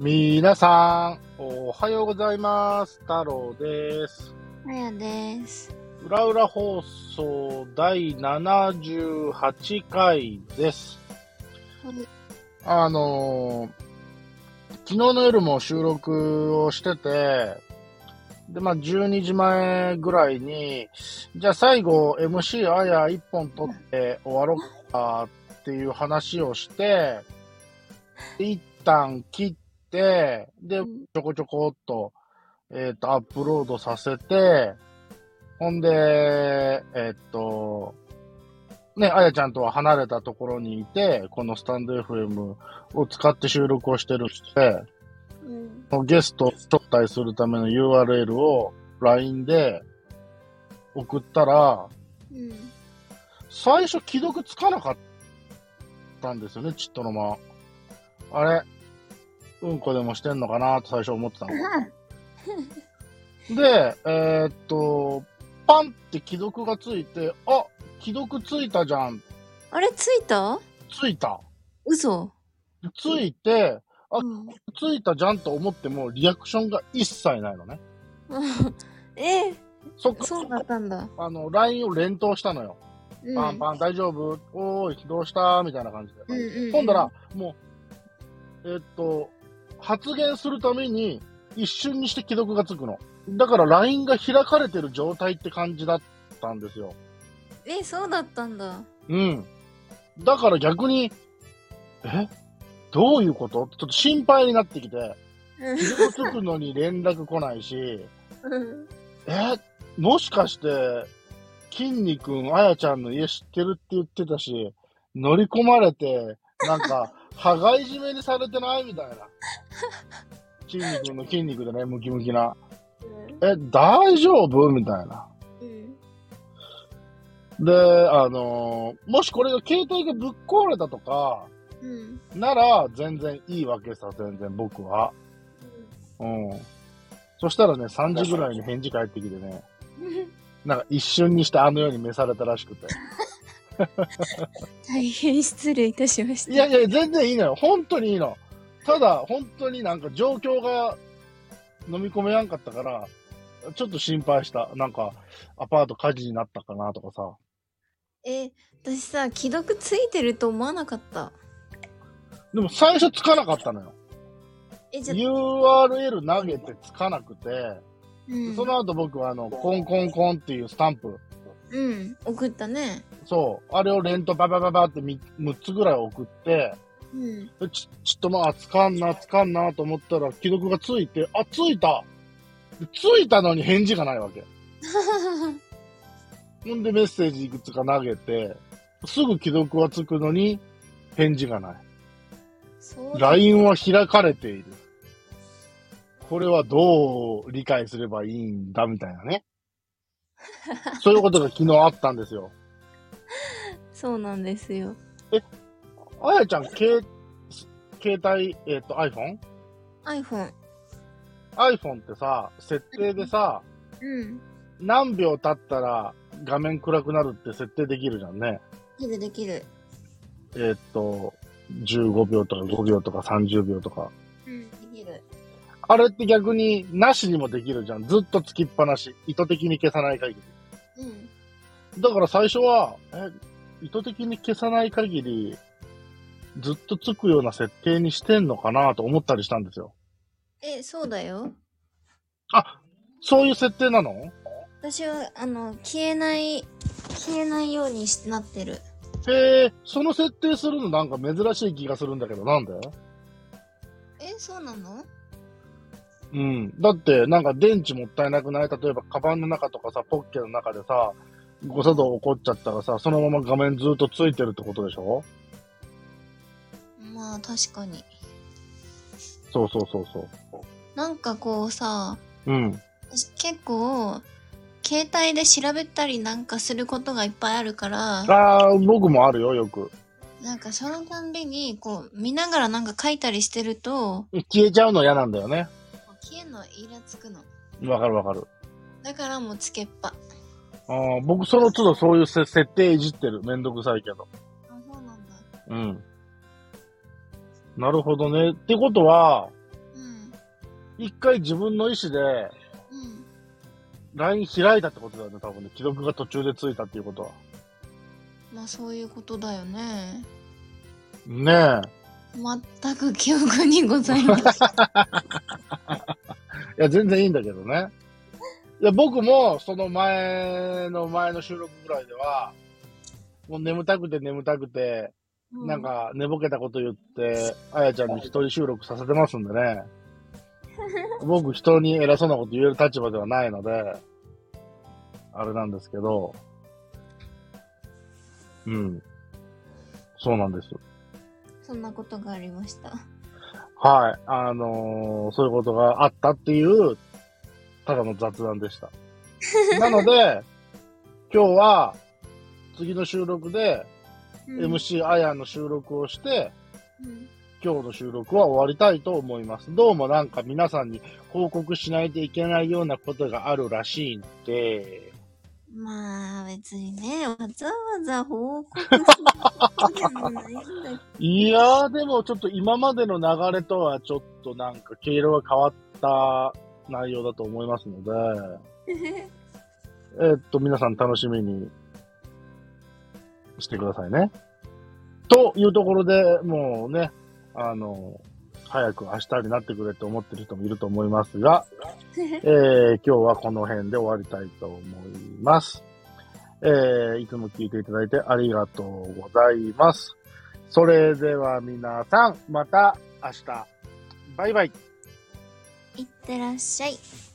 みなさん、おはようございます。太郎です。 あやです。 うらうら放送第78回です。 はい。 昨日の夜も収録をしてて、で、12時前ぐらいに、じゃあ最後 MC あや1本取って終わろうかっていう話をして、一旦切って、で、ちょこちょこっと、アップロードさせて、ほんで、あやちゃんとは離れたところにいて、このスタンド FM を使って収録をしてるって、ゲストを招待するための URL を LINE で送ったら、最初既読つかなかったんですよね、ちっとの間。あれ、うんこでもしてんのかなと最初思ってたの。で、パンって既読がついて、あ、既読ついたじゃん。 あれ、ついた？ ついた。 嘘。 ついて、あ、ついたじゃんと思っても、リアクションが一切ないのね。 そうだったんだ。 LINE を連投したのよ。パンパン大丈夫？おーい、どうしたみたいな感じで。今度は、もう、発言するために、一瞬にして既読がつくの。だから LINE が開かれてる状態って感じだったんですよ。 そうだったんだ。 うん。だから逆に、どういうこと？ちょっと心配になってきて、既読つくのに連絡来ないし、もしかして、筋肉あやちゃんの家知ってるって言ってたし、乗り込まれて、なんか、羽交い締めにされてないみたいな。筋肉の筋肉でね、ムキムキな。大丈夫みたいな。で、もしこれが携帯がぶっ壊れたとか、なら全然いいわけさ、全然僕は。そしたらね、3時ぐらいに返事返ってきてね、なんか一瞬にしてあのように召されたらしくて。 大変失礼いたしました。 いやいや、全然いいのよ。本当にいいの。ただ、本当になんか状況が飲み込めやんかったから、ちょっと心配した。なんか、アパート火事になったかなとかさ。 私さ、既読ついてると思わなかった。 でも最初つかなかったのよ。URL 投げてつかなくて、その後僕はコンコンコンっていうスタンプ。 送ったね。 そう。あれを連投ババババって6つぐらい送って、ちょっとつかんなと思ったら既読がついて、あ、ついたのに返事がないわけ。ほんでメッセージいくつか投げて、すぐ既読はつくのに返事がない。LINE は開かれている。これはどう理解すればいいんだみたいなね。そういうことが昨日あったんですよ。 そうなんですよ。 あやちゃん、携帯、iPhone？ iPhone ってさ、設定でさ、何秒経ったら画面暗くなるって設定できるじゃんね。 できる。 15秒とか5秒とか30秒とか。 できる。 あれって逆になしにもできるじゃん。ずっとつきっぱなし。意図的に消さない限り。だから最初は、意図的に消さない限り、ずっとつくような設定にしてんのかなと思ったりしたんですよ。 そうだよ。 あ、そういう設定なの？ 私は、消えないようになってる。 その設定するのなんか珍しい気がするんだけど、なんで？ そうなの？ だって、なんか電池もったいなくない？例えば、カバンの中とかさ、ポッケの中でさ、誤作動起こっちゃったらさ、そのまま画面ずっとついてるってことでしょ？ まあ、確かに。 そう。 なんかこうさ、 結構、携帯で調べたりなんかすることがいっぱいあるから。 僕もあるよ、よく。 なんかそのたんびに、こう、見ながらなんか書いたりしてると。 消えちゃうの嫌なんだよね。 消えんのイラつくの。 わかる。 だからもうつけっぱ。 僕その都度そういう設定いじってる。めんどくさいけど。 そうなんだ。 なるほどね。ってことは、 一回自分の意思で、LINE 開いたってことだよね、多分ね。既読が途中でついたっていうことは。 まあそういうことだよね。 ね全く記憶にございません。 いや、全然いいんだけどね。いや、僕も、その前の収録ぐらいでは、もう眠たくて、なんか寝ぼけたこと言って、あやちゃんに一人収録させてますんでね。僕人に偉そうなこと言える立場ではないので、あれなんですけど、うん。そうなんです。 そんなことがありました。 はい。そういうことがあったっていう、ただの雑談でした。なので、今日は、次の収録で、MC あやの収録をして、今日の収録は終わりたいと思います。どうもなんか皆さんに報告しないといけないようなことがあるらしいんで。 まあ別にね、わざわざ報告することでもないんだけど。 いやー、でもちょっと今までの流れとはちょっとなんか経路が変わった内容だと思いますので、皆さん楽しみにしてくださいね。というところで、もうね、早く明日になってくれって思ってる人もいると思いますが、今日はこの辺で終わりたいと思います。いつも聞いていただいてありがとうございます。それでは皆さん、また明日。バイバイ。 いってらっしゃい。